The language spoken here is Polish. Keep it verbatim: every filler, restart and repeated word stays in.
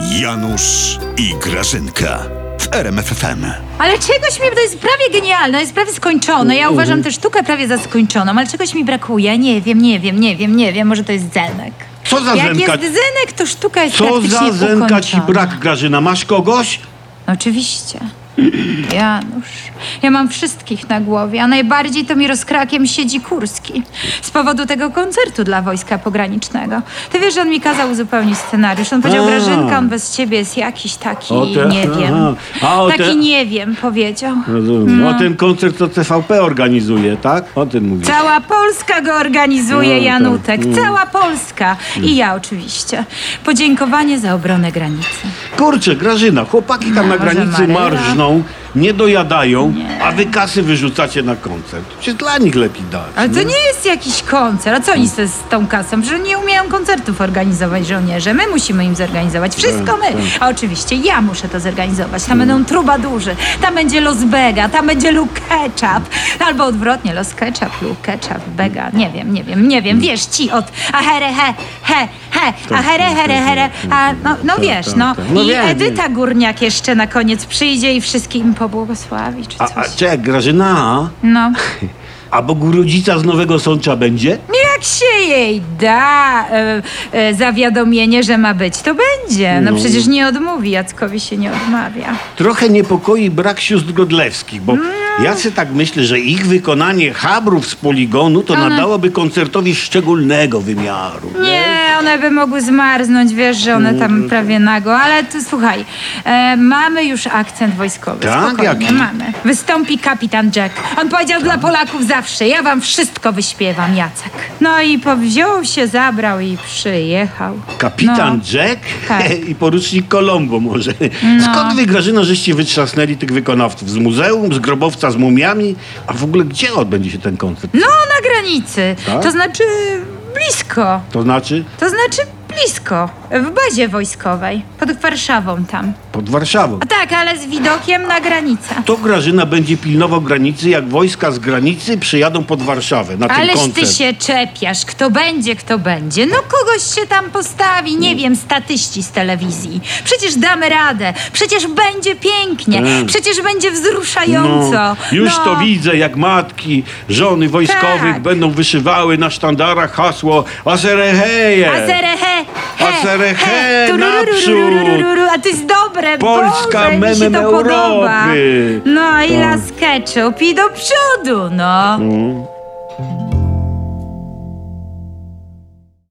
Janusz i Grażynka w R M F F M. Ale czegoś mi, to jest prawie genialne, jest prawie skończone. Ja uważam tę sztukę prawie za skończoną, ale czegoś mi brakuje. Nie wiem, nie wiem, nie wiem, nie wiem, może to jest Zenek. Co za Jak Zenka? jest Zenek, to sztuka jest Co praktycznie za Zenka ci ukończona. brak, Grażyna? Masz kogoś? Oczywiście. Janusz, ja mam wszystkich na głowie, a najbardziej to mi rozkrakiem siedzi Kurski. Z powodu tego koncertu dla Wojska Pogranicznego. Ty wiesz, że on mi kazał uzupełnić scenariusz. On powiedział, A. Grażynka, on bez ciebie jest jakiś taki, O te- nie wiem. aha. A o taki te- nie wiem, powiedział. Rozumiem. No. O ten koncert to T V P organizuje, tak? O tym mówisz. Cała Polska go organizuje, No, Janutek. tak. Mm. Cała Polska. I ja oczywiście. Podziękowanie za obronę granicy. Kurczę, Grażyna, chłopaki tam na Może granicy Maryla? marżną, nie dojadają, Nie. a wy kasy wyrzucacie na koncert. Przecież dla nich lepiej dać. Ale to no. nie jest jakiś koncert. A co oni z, z tą kasą? Że nie umieją koncertów organizować żołnierze. My musimy im zorganizować. Wszystko my. A oczywiście ja muszę to zorganizować. Tam będą trubadurzy. Tam będzie Los Bega. Tam będzie Luke Ketchup. Albo odwrotnie. Los Ketchup, Luke Ketchup, Bega. Nie wiem, nie wiem, nie wiem. Wiesz, ci od a here, he, he, he, a here, here, here. A, no, no wiesz, no. No I wiem, Edyta Górniak jeszcze na koniec przyjdzie i wszystkim pobłogosławi, czy A, coś. a czek, Grażyna, No. a Bogu rodzica z Nowego Sącza będzie? Jak się jej da e, e, zawiadomienie, że ma być, to będzie. No, No. przecież nie odmówi, Jackowi się nie odmawia. Trochę niepokoi brak sióstr Godlewskich, bo ja sobie tak myślę, że ich wykonanie chabrów z poligonu to One- nadałoby koncertowi szczególnego wymiaru. Nie, one by mogły zmarznąć, wiesz, że one tam prawie nago, ale to słuchaj, e, mamy już akcent wojskowy, Tak? spokojnie, Jaki? mamy. Wystąpi kapitan Jack. On powiedział dla Polaków zawsze, ja wam wszystko wyśpiewam, Jacek. No i powziął się, zabrał i przyjechał. Kapitan No. Jack Tak. i porucznik Colombo może. Skąd wy, Grażyna, żeście wytrzasnęli tych wykonawców? Z muzeum, z grobowca z mumiami? A w ogóle gdzie odbędzie się ten koncert? No, na granicy, Tak? to znaczy blisko. To znaczy To znaczy blisko, w bazie wojskowej, pod Warszawą tam. pod Warszawą. A tak, ale z widokiem na granicę. To Grażyna będzie pilnował granicy, jak wojska z granicy przyjadą pod Warszawę na ten Ależ koncert. ty się czepiasz, kto będzie, kto będzie. No kogoś się tam postawi, nie wiem, statyści z telewizji. Przecież damy radę, przecież będzie pięknie, Tak. przecież będzie wzruszająco. No, już no. to widzę, jak matki, żony wojskowych Tak. będą wyszywały na sztandarach hasło Asereheje! Azerehe, he, Azerehe, he, naprzód! A to jest dobre, Polska Boże, mi się memem to podoba. Europy. No i Tak. las ketchup i do przodu, no. Mm.